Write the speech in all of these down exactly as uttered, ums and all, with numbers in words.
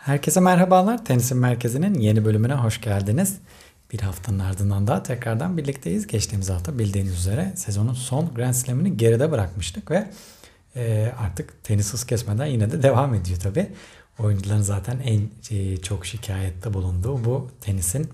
Herkese merhabalar. Tenisin Merkezi'nin yeni bölümüne hoş geldiniz. Bir haftanın ardından da tekrardan birlikteyiz. Geçtiğimiz hafta bildiğiniz üzere sezonun son Grand Slam'ini geride bırakmıştık ve e, artık tenis hız kesmeden yine de devam ediyor tabii. Oyuncuların zaten en e, çok şikayette bulunduğu bu tenisin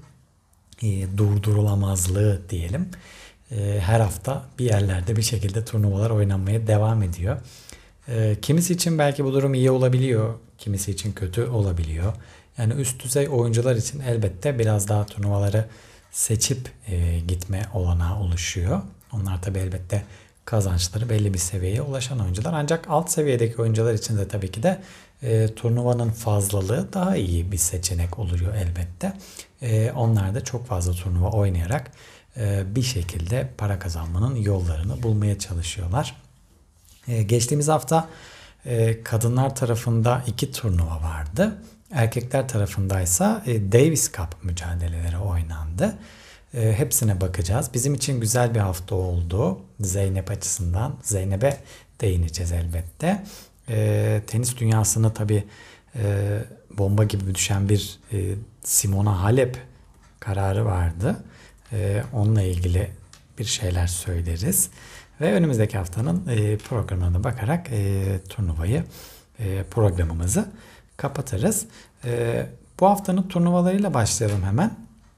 e, durdurulamazlığı diyelim. E, her hafta bir yerlerde bir şekilde turnuvalar oynanmaya devam ediyor. E, kimisi için belki bu durum iyi olabiliyor, kimisi için kötü olabiliyor. Yani üst düzey oyuncular için elbette biraz daha turnuvaları seçip e, gitme olanağı oluşuyor. Onlar tabii elbette kazançları belli bir seviyeye ulaşan oyuncular. Ancak alt seviyedeki oyuncular için de tabii ki de e, turnuvanın fazlalığı daha iyi bir seçenek oluyor elbette. E, onlar da çok fazla turnuva oynayarak e, bir şekilde para kazanmanın yollarını bulmaya çalışıyorlar. E, geçtiğimiz hafta e, kadınlar tarafında iki turnuva vardı. Erkekler tarafındaysa e, Davis Cup mücadeleleri oynandı. E, hepsine bakacağız. Bizim için güzel bir hafta oldu. Zeynep açısından. Zeynep'e değineceğiz elbette. E, tenis dünyasını tabii e, bomba gibi düşen bir e, Simona Halep kararı vardı. E, onunla ilgili bir şeyler söyleriz. Ve önümüzdeki haftanın e, programına bakarak e, turnuvayı, e, programımızı kapatırız. E, bu haftanın turnuvalarıyla başlayalım hemen.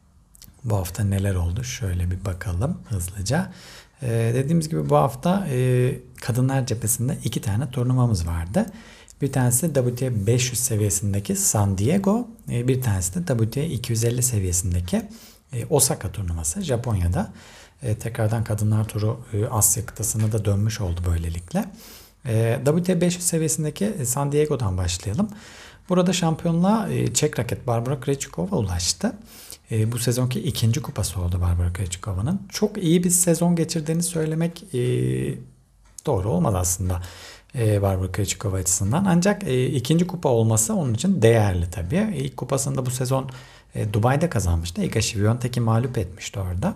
Bu hafta neler oldu? Şöyle bir bakalım hızlıca. E, dediğimiz gibi bu hafta e, kadınlar cephesinde iki tane turnuvamız vardı. Bir tanesi W T A beş yüz seviyesindeki San Diego, e, bir tanesi de W T A iki yüz elli seviyesindeki e, Osaka turnuvası Japonya'da. E, tekrardan kadınlar turu e, Asya kıtasına da dönmüş oldu böylelikle. E, W T A beş yüz seviyesindeki San Diego'dan başlayalım. Burada şampiyonluğa e, Çek raket Barbora Krejcikova ulaştı. E, bu sezonki ikinci kupası oldu Barbora Krejcikova'nın. Çok iyi bir sezon geçirdiğini söylemek e, doğru olmaz aslında e, Barbora Krejcikova açısından. Ancak e, ikinci kupa olması onun için değerli tabii. İlk kupasında bu sezon e, Dubai'de kazanmıştı. Iga Świątek'i mağlup etmişti orada.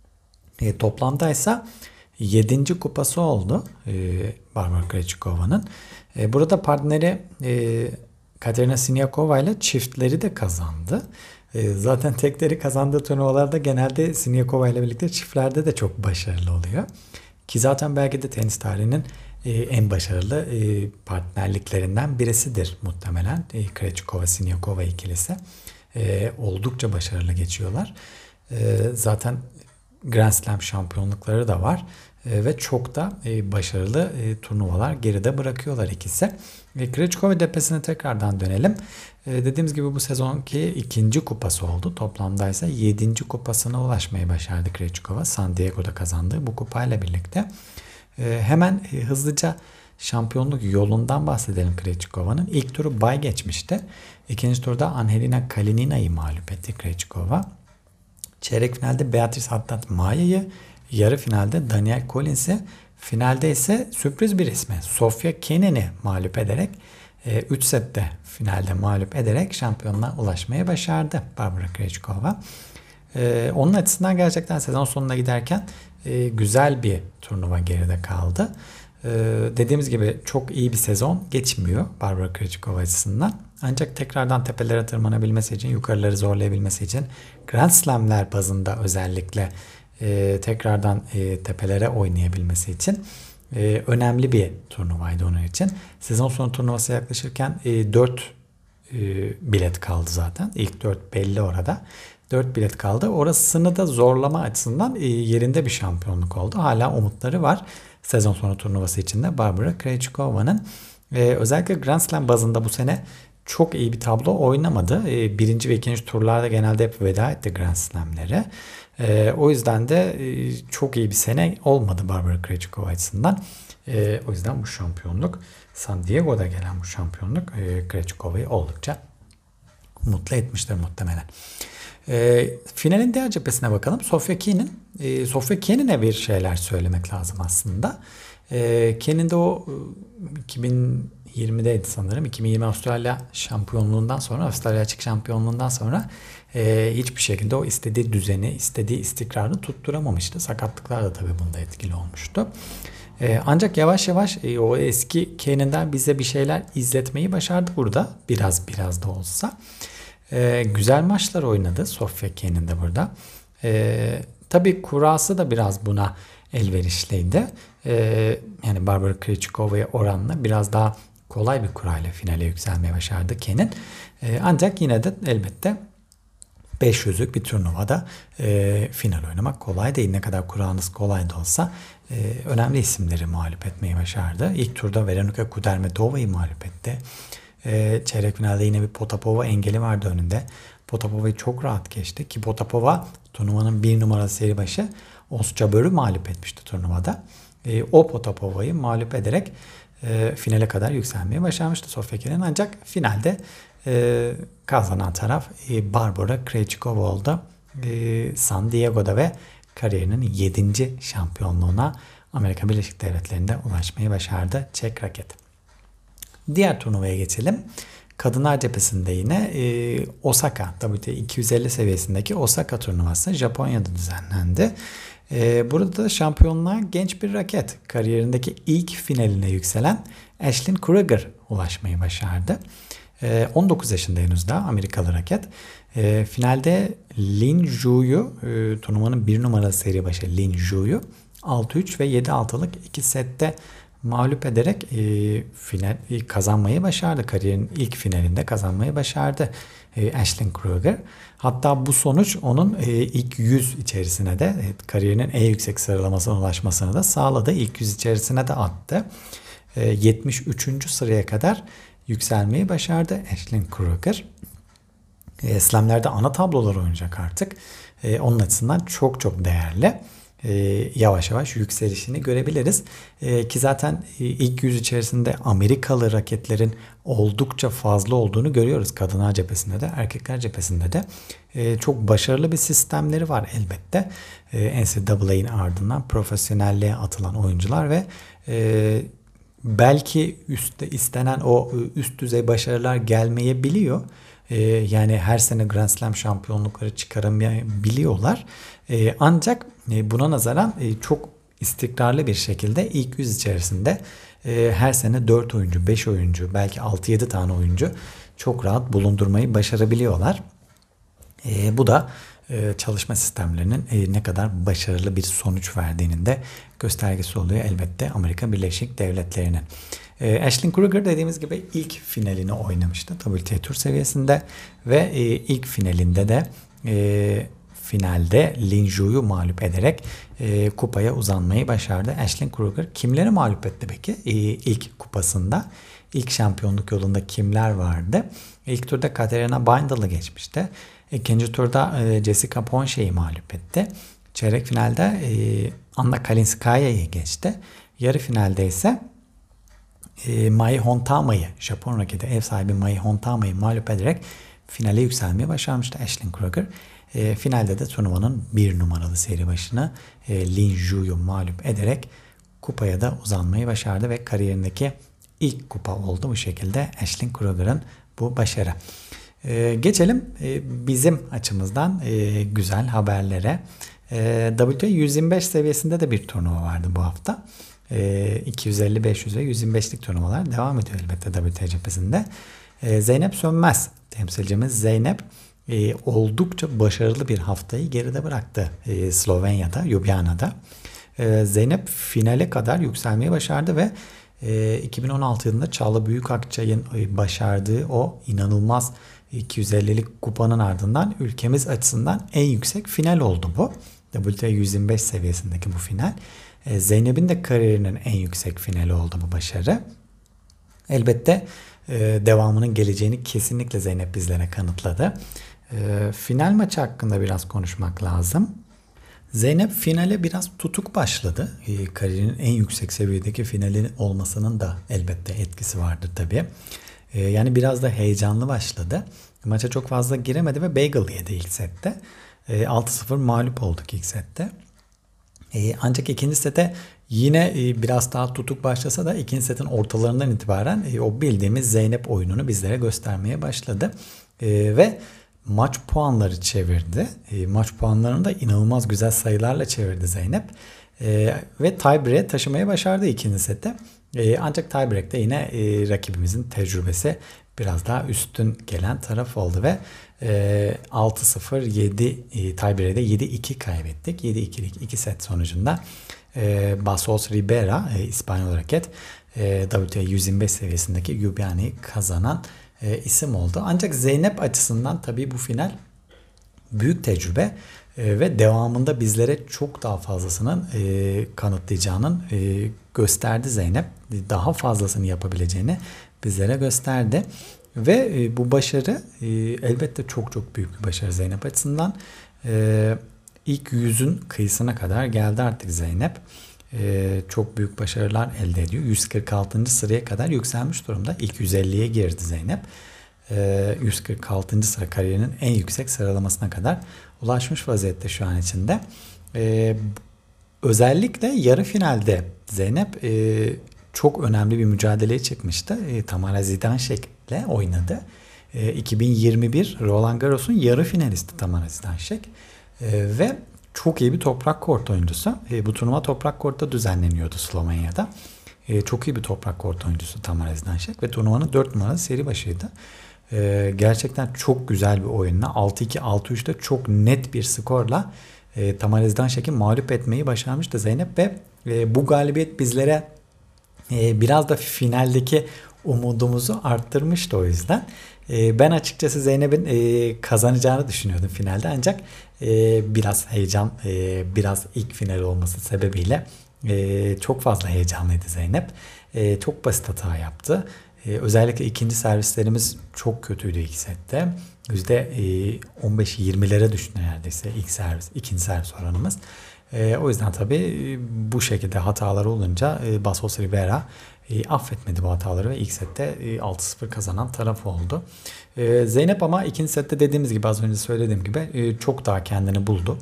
E, toplamda ise yedinci kupası oldu e, Barbora Krejcikova'nın. E, burada partneri e, Katerina Siniakova ile çiftleri de kazandı. E, zaten tekleri kazandığı turnuvalarda genelde Siniakova ile birlikte çiftlerde de çok başarılı oluyor. Ki zaten belki de tenis tarihinin e, en başarılı e, partnerliklerinden birisidir muhtemelen. E, Krejcikova-Siniakova ikilisi. E, oldukça başarılı geçiyorlar. E, zaten Grand Slam şampiyonlukları da var e, ve çok da e, başarılı e, turnuvalar geride bırakıyorlar ikisi. E, Krejcikova cephesine tekrardan dönelim. E, dediğimiz gibi bu sezonki ikinci kupası oldu. Toplamda ise yedinci kupasına ulaşmayı başardı Krejcikova. San Diego'da kazandığı bu kupayla birlikte. E, hemen e, hızlıca şampiyonluk yolundan bahsedelim Krejcikova'nın. İlk turu bay geçmişti. İkinci turda Angelina Kalinina'yı mağlup etti Krejcikova. Çeyrek finalde Beatrice Haddad Maya'yı, yarı finalde Danielle Collins'i, finalde ise sürpriz bir ismi Sofia Kenin'i mağlup ederek üç sette finalde mağlup ederek şampiyonluğa ulaşmayı başardı Barbora Krejcikova. E, onun açısından gerçekten sezon sonuna giderken e, güzel bir turnuva geride kaldı. E, dediğimiz gibi çok iyi bir sezon geçmiyor Barbora Krejcikova açısından. Ancak tekrardan tepelere tırmanabilmesi için, yukarıları zorlayabilmesi için Grand Slam'ler bazında özellikle e, tekrardan e, tepelere oynayabilmesi için e, önemli bir turnuvaydı onun için. Sezon sonu turnuvası yaklaşırken e, dört e, bilet kaldı zaten. İlk dört belli orada. dört bilet kaldı. Orasını da zorlama açısından e, yerinde bir şampiyonluk oldu. Hala umutları var. Sezon sonu turnuvası için de Barbora Krejcikova'nın. E, özellikle Grand Slam bazında bu sene çok iyi bir tablo oynamadı. E, birinci ve ikinci turlarda genelde hep veda etti Grand Slam'lere. E, o yüzden de e, çok iyi bir sene olmadı Barbora Krejcikova açısından. E, o yüzden bu şampiyonluk, San Diego'da gelen bu şampiyonluk e, Krejcikova'yı oldukça mutlu etmiştir muhtemelen. E, finalin diğer cephesine bakalım. Sofia Kenin. E, Sofia Kenin'e bir şeyler söylemek lazım aslında. E, Kenin de o iki bin yirmideydi sanırım. iki bin yirmi Avustralya şampiyonluğundan sonra, Avustralya açık şampiyonluğundan sonra e, hiçbir şekilde o istediği düzeni, istediği istikrarı tutturamamıştı. Sakatlıklar da tabii bunda etkili olmuştu. E, ancak yavaş yavaş e, o eski Kane'inden bize bir şeyler izletmeyi başardı burada. Biraz biraz da olsa. E, güzel maçlar oynadı Sofia Kenin de burada. E, tabii kurası da biraz buna elverişliydi. E, yani Barbara Krejcikova'ya oranla biraz daha kolay bir kurayla finale yükselmeye başardı Kenin. E, ancak yine de elbette beş yüzlük bir turnuvada e, final oynamak kolay değil. Ne kadar kuranız kolay da olsa e, önemli isimleri mağlup etmeyi başardı. İlk turda Veronika Kudermetova'yı mağlup etti. E, çeyrek finalde yine bir Potapova engeli vardı önünde. Potapova'yı çok rahat geçti ki Potapova turnuvanın bir numaralı seri başı Osçabör'ü mağlup etmişti turnuvada. E, o Potapova'yı mağlup ederek e, finale kadar yükselmeyi başarmıştı Sofia Kenin. Ancak finalde e, kazanan taraf e, Barbara Krejcikova oldu. E, San Diego'da ve kariyerinin yedinci şampiyonluğuna Amerika Birleşik Devletleri'nde ulaşmayı başardı Çek raket. Diğer turnuvaya geçelim. Kadınlar cephesinde yine e, Osaka W T iki yüz elli seviyesindeki Osaka turnuvası Japonya'da düzenlendi. E, burada da şampiyonluğa genç bir raket. Kariyerindeki ilk finaline yükselen Ashlyn Krueger ulaşmayı başardı. E, on dokuz yaşında henüz daha Amerikalı raket. E, finalde Lin Zhu'yu e, turnuvanın bir numaralı seri başı Lin Zhu'yu altı üç ve yedi altılık iki sette mağlup ederek e, final e, kazanmayı başardı. Kariyerin ilk finalinde kazanmayı başardı e, Ashlyn Krueger. Hatta bu sonuç onun e, ilk yüz içerisine de e, kariyerinin en yüksek sıralamasına ulaşmasını da sağladı. İlk yüz içerisine de attı. E, yetmiş üçüncü sıraya kadar yükselmeyi başardı Ashlyn Krueger. E, Slam'lerde ana tablolar oynayacak artık. E, onun açısından çok çok değerli. E, yavaş yavaş yükselişini görebiliriz. E, ki zaten e, ilk yüz içerisinde Amerikalı raketlerin oldukça fazla olduğunu görüyoruz. Kadınlar cephesinde de erkekler cephesinde de. E, çok başarılı bir sistemleri var elbette. E, N C A A'nin ardından profesyonelliğe atılan oyuncular ve e, belki üstte istenen o üst düzey başarılar gelmeyebiliyor. Ee, yani her sene Grand Slam şampiyonlukları çıkaramayabiliyorlar. Ee, ancak e, buna nazaran e, çok istikrarlı bir şekilde ilk yüz içerisinde e, her sene dört oyuncu, beş oyuncu, belki altı yedi tane oyuncu çok rahat bulundurmayı başarabiliyorlar. E, bu da e, çalışma sistemlerinin e, ne kadar başarılı bir sonuç verdiğinin de göstergesi oluyor elbette Amerika Birleşik Devletleri'nin. E, Ashlyn Krueger dediğimiz gibi ilk finalini oynamıştı W T A Tour seviyesinde ve e, ilk finalinde de e, finalde Lin Zhu'yu mağlup ederek e, kupaya uzanmayı başardı. Ashlyn Krueger kimleri mağlup etti peki? E, ilk kupasında, ilk şampiyonluk yolunda kimler vardı? İlk turda Katerina Bindle'ı geçmişti. İkinci turda e, Jessica Ponche'yi mağlup etti. Çeyrek finalde e, Anna Kalinskaya'yı geçti. Yarı finalde ise e, Mai Hontama'yı, Japon raketi ev sahibi Mai Hontama'yı mağlup ederek finale yükselmeyi başarmıştı Ashlyn Krueger. E, finalde de turnuvanın bir numaralı seri başını e, Lin Zhu'yu mağlup ederek kupaya da uzanmayı başardı ve kariyerindeki ilk kupa oldu bu şekilde Ashlyn Krueger'ın bu başarı. Ee, geçelim e, bizim açımızdan e, güzel haberlere. E, W T A yüz yirmi beş seviyesinde de bir turnuva vardı bu hafta. E, iki yüz elli, beş yüz ve yüz yirmi beşlik turnuvalar devam ediyor elbette W T A cephesinde. E, Zeynep Sönmez, temsilcimiz Zeynep e, oldukça başarılı bir haftayı geride bıraktı e, Slovenya'da, Ljubljana'da. E, Zeynep finale kadar yükselmeyi başardı ve e, iki bin on altı yılında Çağla Büyükakçay'ın e, başardığı o inanılmaz iki yüz ellilik kupanın ardından ülkemiz açısından en yüksek final oldu bu. W T A yüz yirmi beş seviyesindeki bu final. E, Zeynep'in de kariyerinin en yüksek finali oldu bu başarı. Elbette e, devamının geleceğini kesinlikle Zeynep bizlere kanıtladı. E, final maçı hakkında biraz konuşmak lazım. Zeynep finale biraz tutuk başladı. E, kariyerinin en yüksek seviyedeki finali olmasının da elbette etkisi vardır tabii. E, yani biraz da heyecanlı başladı. Maça çok fazla giremedi ve bagel yedi ilk sette. E, altı sıfır mağlup olduk ilk sette. E, ancak ikinci sete yine e, biraz daha tutuk başlasa da ikinci setin ortalarından itibaren e, o bildiğimiz Zeynep oyununu bizlere göstermeye başladı. E, ve maç puanları çevirdi. E, maç puanlarını da inanılmaz güzel sayılarla çevirdi Zeynep. E, ve tiebreak'e taşımayı başardı ikinci sette. E, ancak tiebreak'te yine e, rakibimizin tecrübesi biraz daha üstün gelen taraf oldu ve e, altı sıfır yedi e, tiebreak'te yedi iki kaybettik. yedi ikilik iki set sonucunda e, Basos Ribera e, İspanyol raket e, W T A yüz yirmi beş seviyesindeki Ljubljana'yı kazanan e, isim oldu. Ancak Zeynep açısından tabii bu final büyük tecrübe e, ve devamında bizlere çok daha fazlasının e, kanıtlayacağının e, gösterdi Zeynep. Daha fazlasını yapabileceğini bizlere gösterdi. Ve e, bu başarı e, elbette çok çok büyük bir başarı Zeynep açısından. E, ilk yüzün kıyısına kadar geldi artık Zeynep. E, çok büyük başarılar elde ediyor. yüz kırk altıncı sıraya kadar yükselmiş durumda. İlk yüz elliye girdi Zeynep. E, yüz kırk altıncı sıra kariyerinin en yüksek sıralamasına kadar ulaşmış vaziyette şu an içinde. E, özellikle yarı finalde Zeynep e, çok önemli bir mücadeleye çıkmıştı. E, Tamara Zidansek ile oynadı. E, iki bin yirmi bir Roland Garros'un yarı finalisti Tamara Zidansek. E, ve çok iyi bir toprak kort oyuncusu. E, bu turnuva toprak kortta düzenleniyordu Slovenya'da. E, çok iyi bir toprak kort oyuncusu Tamara Zidansek ve turnuvanın dört numaralı seri başıydı. E, gerçekten çok güzel bir oyunla altı iki altı üçte çok net bir skorla e, Tamara Zidansek'i mağlup etmeyi başarmıştı Zeynep ve e, bu galibiyet bizlere e, biraz da finaldeki umudumuzu arttırmıştı o yüzden. E, ben açıkçası Zeynep'in e, kazanacağını düşünüyordum finalde ancak e, biraz heyecan, e, biraz ilk final olması sebebiyle e, çok fazla heyecanlıydı Zeynep. E, çok basit hata yaptı. E, özellikle ikinci servislerimiz çok kötüydü ilk sette. yüzde on beş yirmilere düştü neredeyse ilk servis, ikinci servis oranımız. E, o yüzden tabii bu şekilde hatalar olunca e, Basos Ribera e, affetmedi bu hataları ve ilk sette e, altı sıfır kazanan taraf oldu. E, Zeynep ama ikinci sette dediğimiz gibi az önce söylediğim gibi e, çok daha kendini buldu.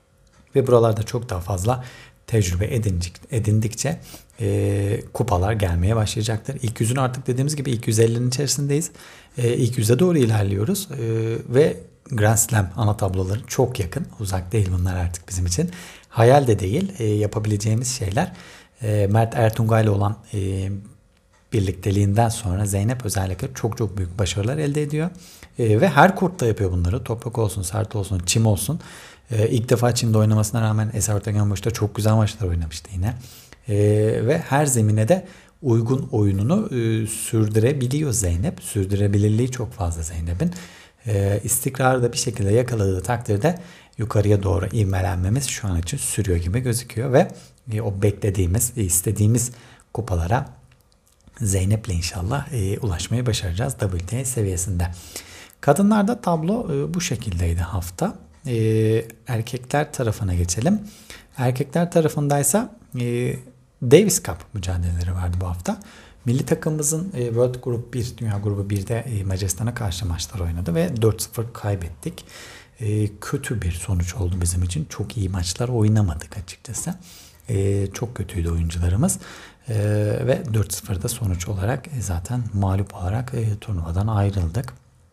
Ve buralarda çok daha fazla tecrübe edindik, edindikçe e, kupalar gelmeye başlayacaktır. İlk yüzün artık dediğimiz gibi ilk yüz ellinin içerisindeyiz. E, ilk yüze doğru ilerliyoruz. E, ve Grand Slam ana tabloları çok yakın. Uzak değil bunlar artık bizim için. Hayal de değil. E, yapabileceğimiz şeyler. E, Mert Ertungay ile olan e, birlikteliğinden sonra Zeynep özellikle çok çok büyük başarılar elde ediyor. E, ve her kortta yapıyor bunları. Toprak olsun, sert olsun, çim olsun. E, ilk defa çimde oynamasına rağmen Eser Ortakömür'de çok güzel maçlar oynamıştı yine. E, ve her zemine de uygun oyununu e, sürdürebiliyor Zeynep. Sürdürebilirliği çok fazla Zeynep'in. E, istikrarı da bir şekilde yakaladığı takdirde yukarıya doğru ivmelenmemiz şu an için sürüyor gibi gözüküyor ve e, o beklediğimiz, e, istediğimiz kupalara Zeynep'le inşallah e, ulaşmayı başaracağız W T A seviyesinde. Kadınlarda tablo e, bu şekildeydi hafta. E, erkekler tarafına geçelim. Erkekler tarafındaysa e, Davis Cup mücadeleleri vardı bu hafta. Milli takımımızın e, World Group bir, Dünya Grubu birde e, Macaristan'a karşı maçlar oynadı ve dört sıfır kaybettik. E, kötü bir sonuç oldu bizim için. Çok iyi maçlar oynamadık açıkçası. E, çok kötüydü oyuncularımız. E, ve dört sıfırda sonuç olarak e, zaten mağlup olarak e, turnuvadan ayrıldık.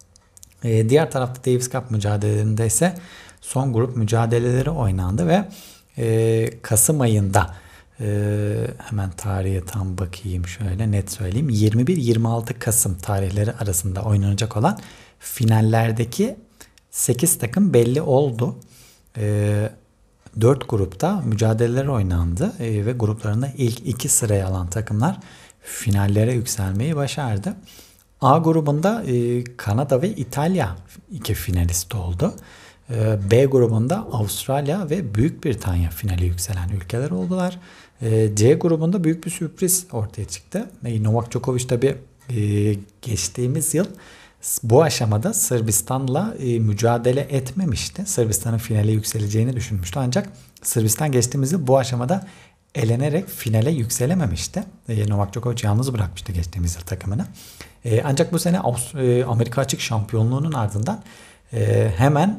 E, diğer tarafta Davis Cup mücadelelerinde ise son grup mücadeleleri oynandı ve e, Kasım ayında e, hemen tarihe tam bakayım şöyle net söyleyeyim. yirmi bir yirmi altı Kasım tarihleri arasında oynanacak olan finallerdeki sekiz takım belli oldu. E, dört grupta mücadeleler oynandı e, ve gruplarında ilk iki sıraya alan takımlar finallere yükselmeyi başardı. A grubunda e, Kanada ve İtalya iki finalist oldu. E, B grubunda Avustralya ve Büyük Britanya finale yükselen ülkeler oldular. E, C grubunda büyük bir sürpriz ortaya çıktı. E, Novak Djokovic tabi e, geçtiğimiz yıl bu aşamada Sırbistan'la e, mücadele etmemişti. Sırbistan'ın finale yükseleceğini düşünmüştü ancak Sırbistan geçtiğimiz yıl bu aşamada elenerek finale yükselememişti. E, Novak Djokovic yalnız bırakmıştı geçtiğimiz yıl takımını. E, ancak bu sene Avust- e, Amerika Açık Şampiyonluğu'nun ardından e, hemen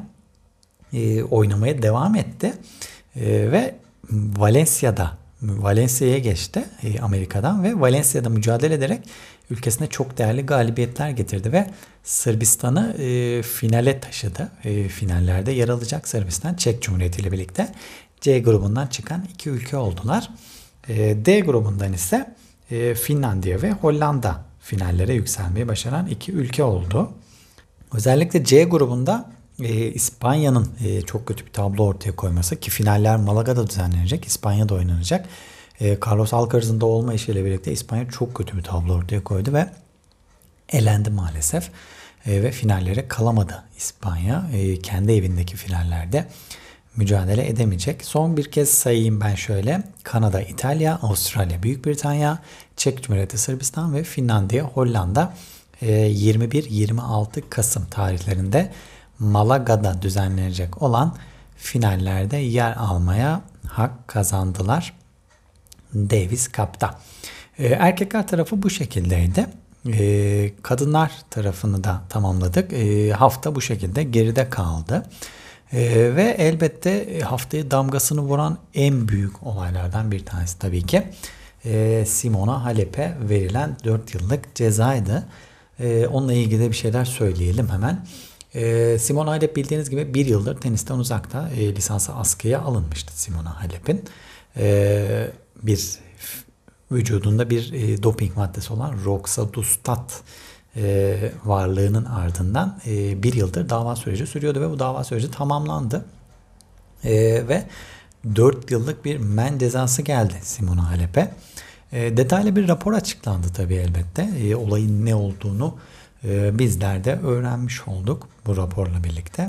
e, oynamaya devam etti. E, ve Valencia'da Valencia'ya geçti e, Amerika'dan ve Valencia'da mücadele ederek ülkesine çok değerli galibiyetler getirdi ve Sırbistan'ı e, finale taşıdı. E, finallerde yer alacak Sırbistan Çek Cumhuriyeti ile birlikte. C grubundan çıkan iki ülke oldular. E, D grubundan ise e, Finlandiya ve Hollanda finallere yükselmeyi başaran iki ülke oldu. Özellikle C grubunda e, İspanya'nın e, çok kötü bir tablo ortaya koyması, ki finaller Malaga'da düzenlenecek, İspanya'da oynanacak. E, Carlos Alcaraz'ın da olma işiyle birlikte İspanya çok kötü bir tablo ortaya koydu ve elendi maalesef. E, ve finallere kalamadı İspanya. E, kendi evindeki finallerde mücadele edemeyecek. Son bir kez sayayım ben şöyle. Kanada, İtalya, Avustralya, Büyük Britanya, Çek Cumhuriyeti, Sırbistan ve Finlandiya, Hollanda yirmi bir yirmi altı Kasım tarihlerinde Malaga'da düzenlenecek olan finallerde yer almaya hak kazandılar Davis Cup'ta. Erkekler tarafı bu şekildeydi. Kadınlar tarafını da tamamladık. Hafta bu şekilde geride kaldı. Ee, ve elbette haftaya damgasını vuran en büyük olaylardan bir tanesi tabii ki e, Simona Halep'e verilen dört yıllık cezaydı. E, onunla ilgili de bir şeyler söyleyelim hemen. E, Simona Halep bildiğiniz gibi bir yıldır tenisten uzakta. E, lisansı askıya alınmıştı Simona Halep'in. E, bir vücudunda bir e, doping maddesi olan Roxadustat E, varlığının ardından e, bir yıldır dava süreci sürüyordu ve bu dava süreci tamamlandı. E, ve dört yıllık bir men cezası geldi Simona Halep'e. E, detaylı bir rapor açıklandı tabii elbette. E, olayın ne olduğunu e, bizler de öğrenmiş olduk bu raporla birlikte.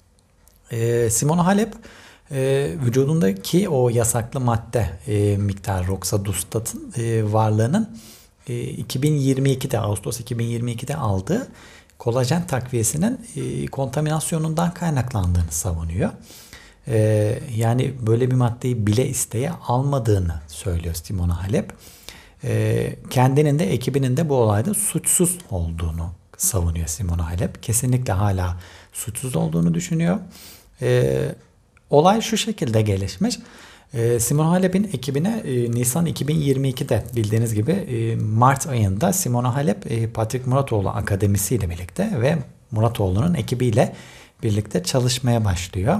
E, Simona Halep e, vücudundaki o yasaklı madde e, miktar Roxadustat'ın e, varlığının iki bin yirmi ikide Ağustos iki bin yirmi ikide aldığı kolajen takviyesinin e, kontaminasyonundan kaynaklandığını savunuyor. E, yani böyle bir maddeyi bile isteye almadığını söylüyor Simona Halep. E, kendinin de ekibinin de bu olayda suçsuz olduğunu savunuyor Simona Halep. Kesinlikle hala suçsuz olduğunu düşünüyor. E, olay şu şekilde gelişmiş. Simona Halep'in ekibine Nisan iki bin yirmi ikide bildiğiniz gibi Mart ayında Simona Halep Patrick Muratoğlu Akademisi ile birlikte ve Muratoğlu'nun ekibiyle birlikte çalışmaya başlıyor.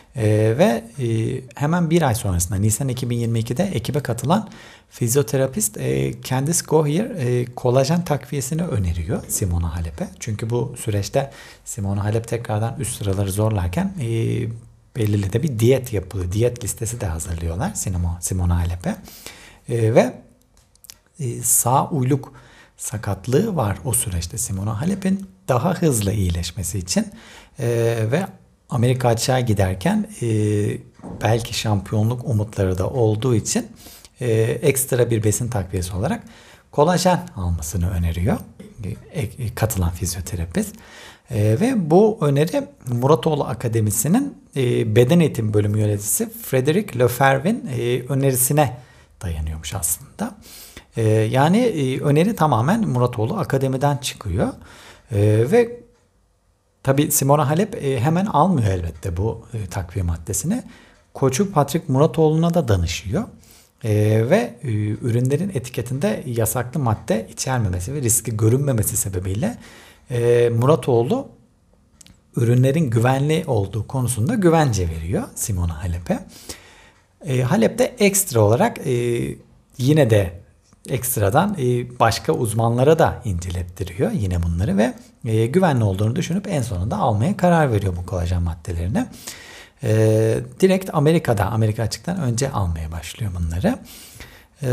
Ve hemen bir ay sonrasında Nisan iki bin yirmi ikide ekibe katılan fizyoterapist Candice Gohier kolajen takviyesini öneriyor Simona Halep'e. Çünkü bu süreçte Simona Halep tekrardan üst sıraları zorlarken belirli de bir diyet yapılıyor. Diyet listesi de hazırlıyorlar Simona Halep'e. E, ve e, sağ uyluk sakatlığı var o süreçte Simona Halep'in daha hızlı iyileşmesi için e, ve Amerika açığa giderken e, belki şampiyonluk umutları da olduğu için e, ekstra bir besin takviyesi olarak kolajen almasını öneriyor e, e, katılan fizyoterapist. E, ve bu öneri Muratoğlu Akademisi'nin e, beden eğitimi bölümü yöneticisi Frederic Lefebvre'in e, önerisine dayanıyormuş aslında. E, yani e, öneri tamamen Muratoğlu Akademi'den çıkıyor. E, ve tabi Simona Halep e, hemen almıyor elbette bu e, takviye maddesini. Koçu Patrick Muratoğlu'na da danışıyor. E, ve e, ürünlerin etiketinde yasaklı madde içermemesi ve riski görünmemesi sebebiyle E, Muratoğlu ürünlerin güvenli olduğu konusunda güvence veriyor Simona Halep'e. E, Halep de ekstra olarak e, yine de ekstradan e, başka uzmanlara da incelettiriyor yine bunları ve e, güvenli olduğunu düşünüp en sonunda almaya karar veriyor bu kolajen maddelerini. E, direkt Amerika'da, Amerika açıktan önce almaya başlıyor bunları. E,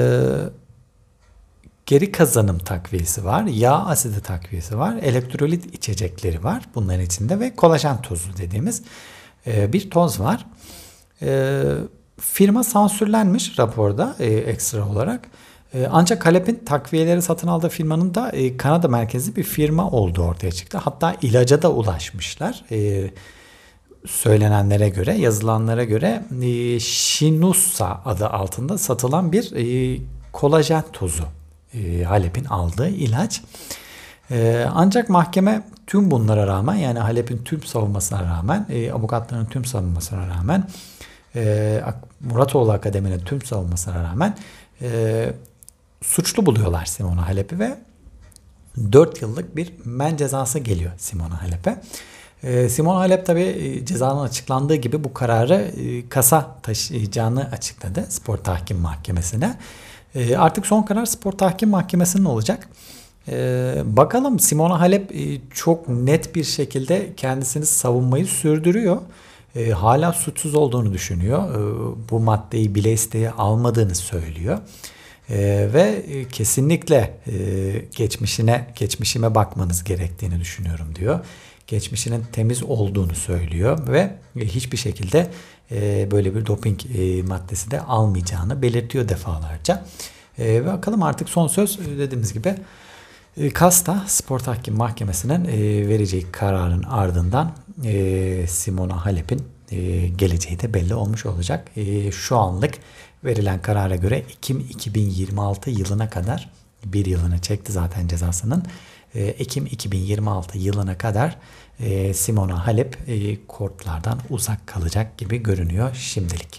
Geri kazanım takviyesi var, yağ asidi takviyesi var, elektrolit içecekleri var bunların içinde ve kolajen tozu dediğimiz e, bir toz var. E, firma sansürlenmiş raporda e, ekstra olarak. E, ancak Halep'in takviyeleri satın aldığı firmanın da e, Kanada merkezli bir firma olduğu ortaya çıktı. Hatta ilaca da ulaşmışlar. E, söylenenlere göre, yazılanlara göre e, Shinusa adı altında satılan bir e, kolajen tozu. Halep'in aldığı ilaç. Ee, ancak mahkeme tüm bunlara rağmen, yani Halep'in tüm savunmasına rağmen, e, avukatların tüm savunmasına rağmen, e, Muratoğlu Akademi'nin tüm savunmasına rağmen e, suçlu buluyorlar Simona Halep'i ve dört yıllık bir men cezası geliyor Simona Halep'e. E, Simona Halep tabii e, cezanın açıklandığı gibi bu kararı e, kasa taşıyacağını açıkladı Spor Tahkim Mahkemesi'ne. E, artık son karar Spor Tahkim Mahkemesi'nin olacak. E, bakalım Simona Halep e, çok net bir şekilde kendisini savunmayı sürdürüyor. E, hala suçsuz olduğunu düşünüyor. E, bu maddeyi bile isteye almadığını söylüyor. E, ve e, kesinlikle e, geçmişine geçmişime bakmanız gerektiğini düşünüyorum diyor. Geçmişinin temiz olduğunu söylüyor ve hiçbir şekilde e, böyle bir doping e, maddesi de almayacağını belirtiyor defalarca. E, ve bakalım artık son söz dediğimiz gibi e, Kasta Spor Tahkim Mahkemesi'nin e, vereceği kararın ardından e, Simona Halep'in e, geleceği de belli olmuş olacak. E, şu anlık verilen karara göre Ekim iki bin yirmi altı yılına kadar, bir yılını çekti zaten cezasının. E, Ekim iki bin yirmi altı yılına kadar e, Simona Halep e, kortlardan uzak kalacak gibi görünüyor şimdilik.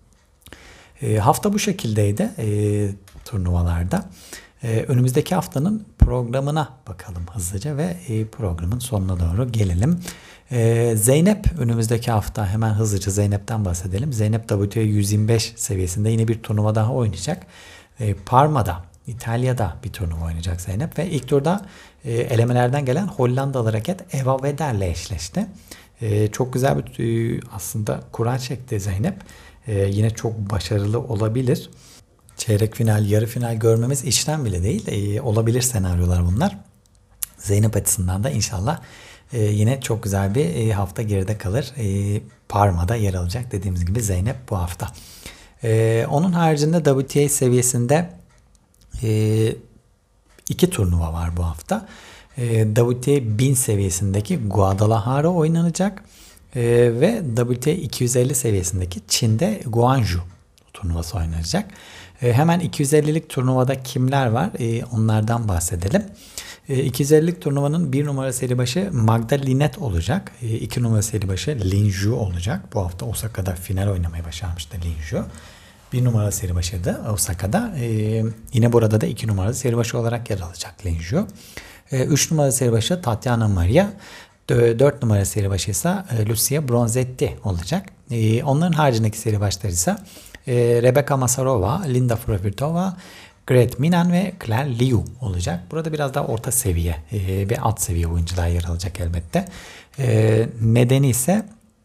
E, hafta bu şekildeydi e, turnuvalarda. E, önümüzdeki haftanın programına bakalım hızlıca ve e, programın sonuna doğru gelelim. E, Zeynep önümüzdeki hafta, hemen hızlıca Zeynep'ten bahsedelim. Zeynep W T A yüz yirmi beş seviyesinde yine bir turnuva daha oynayacak. E, Parma'da, İtalya'da bir turnuva oynayacak Zeynep ve ilk turda e, elemelerden gelen Hollandalı raket Eva Weder'le eşleşti. E, çok güzel bir e, aslında kura çekti Zeynep. E, yine çok başarılı olabilir. Çeyrek final, yarı final görmemiz işten bile değil. E, olabilir senaryolar bunlar. Zeynep açısından da inşallah e, yine çok güzel bir e, hafta geride kalır. E, Parma'da yer alacak dediğimiz gibi Zeynep bu hafta. E, onun haricinde W T A seviyesinde e, iki turnuva var bu hafta. E, W T A bin seviyesindeki Guadalajara oynanacak. E, ve W T A iki yüz elli seviyesindeki Çin'de Guangzhou turnuvası oynanacak. E, hemen iki yüz ellilik turnuvada kimler var? E, onlardan bahsedelim. E, iki yüz ellilik turnuvanın bir numara seri başı Magda Linette olacak. E, iki numara seri başı Lin Zhu olacak. Bu hafta Osaka'da final oynamayı başarmıştı Lin Zhu. Bir numara seri başıydı Osaka'da. E, yine burada da iki numaralı seri başı olarak yer alacak Lin Zhu. E, üç numara seri başı Tatiana Maria. dört numara seri başı ise Lucia Bronzetti olacak. E, onların haricindeki seri başları ise e, Rebecca Masarova, Linda Fruhvirtova, Gret Minan ve Claire Liu olacak. Burada biraz daha orta seviye e, ve alt seviye oyuncular yer alacak elbette. E, nedeni ise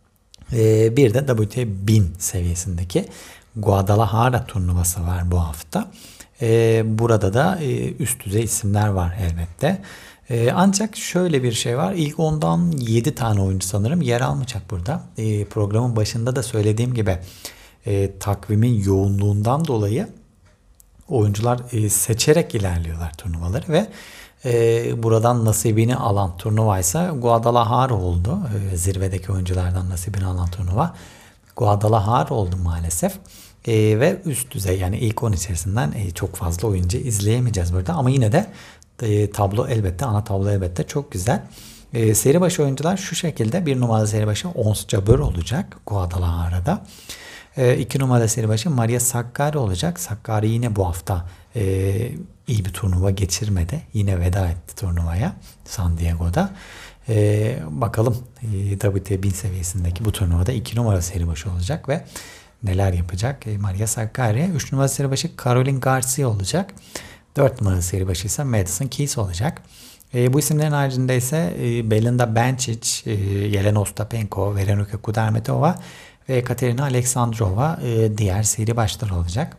e, bir de W T A bin seviyesindeki Guadalajara turnuvası var bu hafta. E, burada da e, üst düzey isimler var elbette. E, ancak şöyle bir şey var. İlk ondan yedi tane oyuncu sanırım yer almayacak burada. E, programın başında da söylediğim gibi e, takvimin yoğunluğundan dolayı oyuncular e, seçerek ilerliyorlar turnuvaları ve e, buradan nasibini alan turnuva ise Guadalajara oldu. E, zirvedeki oyunculardan nasibini alan turnuva Guadalajara oldu maalesef. E, ve üst düzey, yani ilk on içerisinden e, çok fazla oyuncu izleyemeyeceğiz burada ama yine de e, tablo elbette, ana tablo elbette çok güzel. E, seri başı oyuncular şu şekilde: bir numaralı seri başı Ons Jabeur olacak Guadalajara'da. E, iki numaralı seri başı Maria Sakkari olacak. Sakkari yine bu hafta e, iyi bir turnuva geçirmedi. Yine veda etti turnuvaya San Diego'da. E, bakalım e, W T A bin seviyesindeki bu turnuvada iki numaralı seri başı olacak ve neler yapacak? E, Maria Sakkari. üç numaralı seri başı Caroline Garcia olacak. dört numaralı seri başı ise Madison Keys olacak. E, bu isimlerin haricinde ise e, Belinda Bencic, e, Yelena Ostapenko, Veronika Kudermetova ve Katerina Alexandrova e, diğer seri başları olacak.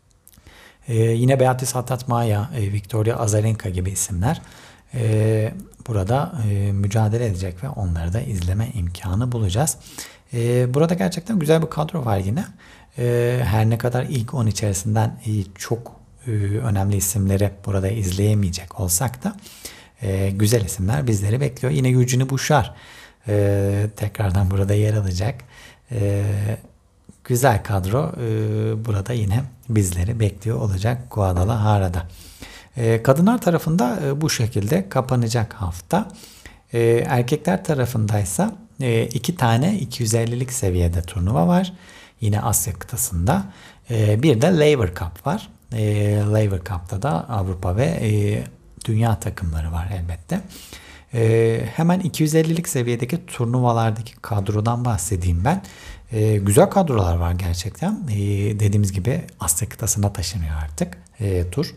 E, yine Beatriz Hatat-Maya, e, Victoria Azarenka gibi isimler e, burada e, mücadele edecek ve onları da izleme imkanı bulacağız. E, burada gerçekten güzel bir kadro var yine. E, her ne kadar ilk on içerisinden e, çok e, önemli isimleri burada izleyemeyecek olsak da e, güzel isimler bizleri bekliyor. Yine Eugenie Bouchard e, tekrardan burada yer alacak. E, güzel kadro e, burada yine bizleri bekliyor olacak Guadalajara'da. E, kadınlar tarafında e, bu şekilde kapanacak hafta. E, erkekler tarafındaysa e, iki tane iki yüz ellilik seviyede turnuva var. Yine Asya kıtasında. E, bir de Laver Cup var. E, Laver Cup'ta da Avrupa ve e, dünya takımları var elbette. E, hemen iki yüz ellilik seviyedeki turnuvalardaki kadrodan bahsedeyim ben. E, güzel kadrolar var gerçekten. E, dediğimiz gibi Asya kıtasına taşınıyor artık e, tur.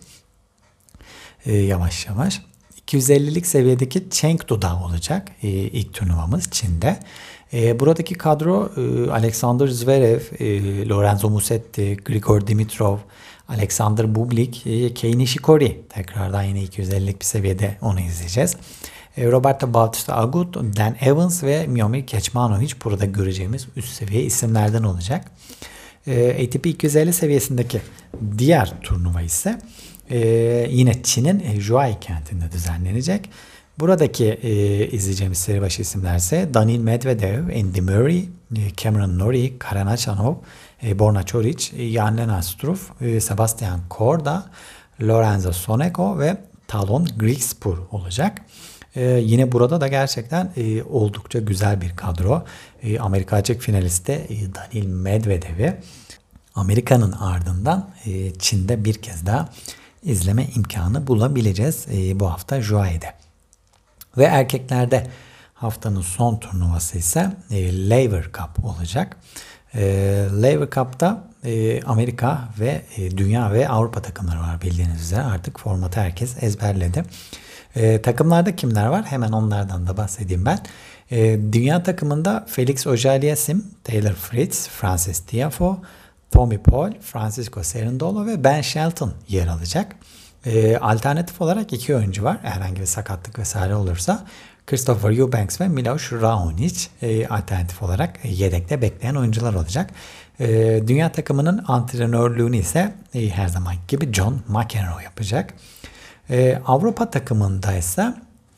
E, yavaş yavaş. iki yüz ellilik seviyedeki Chengdu'da olacak e, ilk turnuvamız Çin'de. E, buradaki kadro e, Alexander Zverev, e, Lorenzo Musetti, Grigor Dimitrov, Alexander Bublik, e, Kei Nishikori. Tekrardan yine iki yüz ellilik bir seviyede onu izleyeceğiz. E, Roberto Bautista Agut, Dan Evans ve Miomir Kecmanovic burada göreceğimiz üst seviye isimlerden olacak. E, A T P iki yüz elli seviyesindeki diğer turnuva ise e, yine Çin'in e, Zhuhai kentinde düzenlenecek. Buradaki e, izleyeceğimiz seri başı isimler ise Daniil Medvedev, Andy Murray, e, Cameron Norrie, Karen Khachanov, e, Borna Coric, e, Jan-Lennart Struff, e, Sebastian Korda, Lorenzo Sonego ve Talon Grigspur olacak. E, yine burada da gerçekten e, oldukça güzel bir kadro. E, Amerika açık finalisti e, Daniil Medvedev'i Amerika'nın ardından e, Çin'de bir kez daha izleme imkanı bulabileceğiz e, bu hafta Zhuhai'de. Ve erkeklerde haftanın son turnuvası ise e, Laver Cup olacak. E, Laver Cup'ta e, Amerika ve e, Dünya ve Avrupa takımları var bildiğiniz üzere. Artık formatı herkes ezberledi. E, takımlarda kimler var? Hemen onlardan da bahsedeyim ben. E, Dünya takımında Felix Auger-Aliassime, Taylor Fritz, Frances Tiafoe, Tommy Paul, Francisco Cerundolo ve Ben Shelton yer alacak. E, alternatif olarak iki oyuncu var. Herhangi bir sakatlık vesaire olursa Christopher Eubanks ve Miloš Raonic e, alternatif olarak yedekte bekleyen oyuncular olacak. E, Dünya takımının antrenörlüğünü ise e, her zamanki gibi John McEnroe yapacak. E, Avrupa takımında ise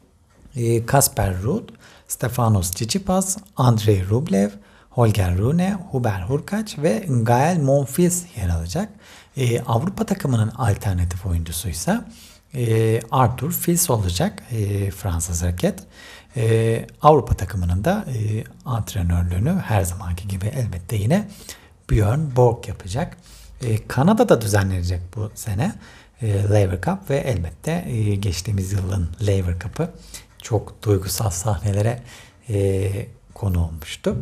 e, Kasper Ruud, Stefanos Tsitsipas, Andrei Rublev, Holger Rune, Hubert Hurkacz ve Gael Monfils yer alacak. Ee, Avrupa takımının alternatif oyuncusuysa e, Arthur Fils olacak, e, Fransız raket. E, Avrupa takımının da e, antrenörlüğünü her zamanki gibi elbette yine Björn Borg yapacak. E, Kanada'da düzenlenecek bu sene e, Laver Cup ve elbette e, geçtiğimiz yılın Laver Cup'ı çok duygusal sahnelere e, konu olmuştu.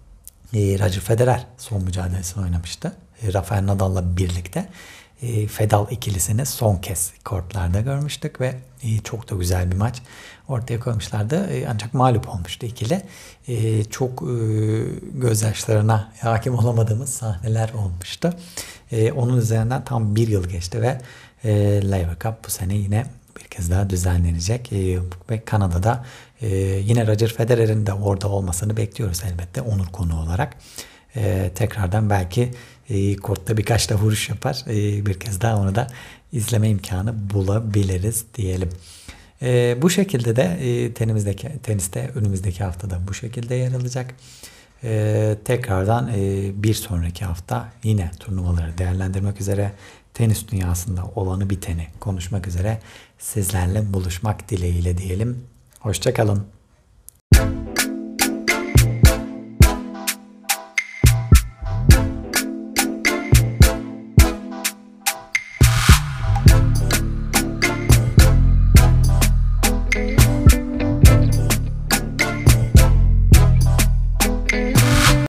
E, Roger Federer son mücadelesini oynamıştı. E, Rafael Nadal'la birlikte e, Fedal ikilisini son kez kortlarda görmüştük ve e, çok da güzel bir maç ortaya koymuşlardı. E, ancak mağlup olmuştu ikili. E, çok e, gözyaşlarına hakim olamadığımız sahneler olmuştu. E, onun üzerinden tam bir yıl geçti ve e, Laver Cup bu sene yine bir kez daha düzenlenecek e, ve Kanada'da e, yine Roger Federer'in de orada olmasını bekliyoruz elbette onur konuğu olarak. E, tekrardan belki e, kortta birkaç da vuruş yapar. E, bir kez daha onu da izleme imkanı bulabiliriz diyelim. E, bu şekilde de e, tenimizdeki, teniste önümüzdeki haftada bu şekilde yer alacak. E, tekrardan e, bir sonraki hafta yine turnuvaları değerlendirmek üzere tenis dünyasında olanı biteni konuşmak üzere sizlerle buluşmak dileğiyle diyelim. Hoşça kalın.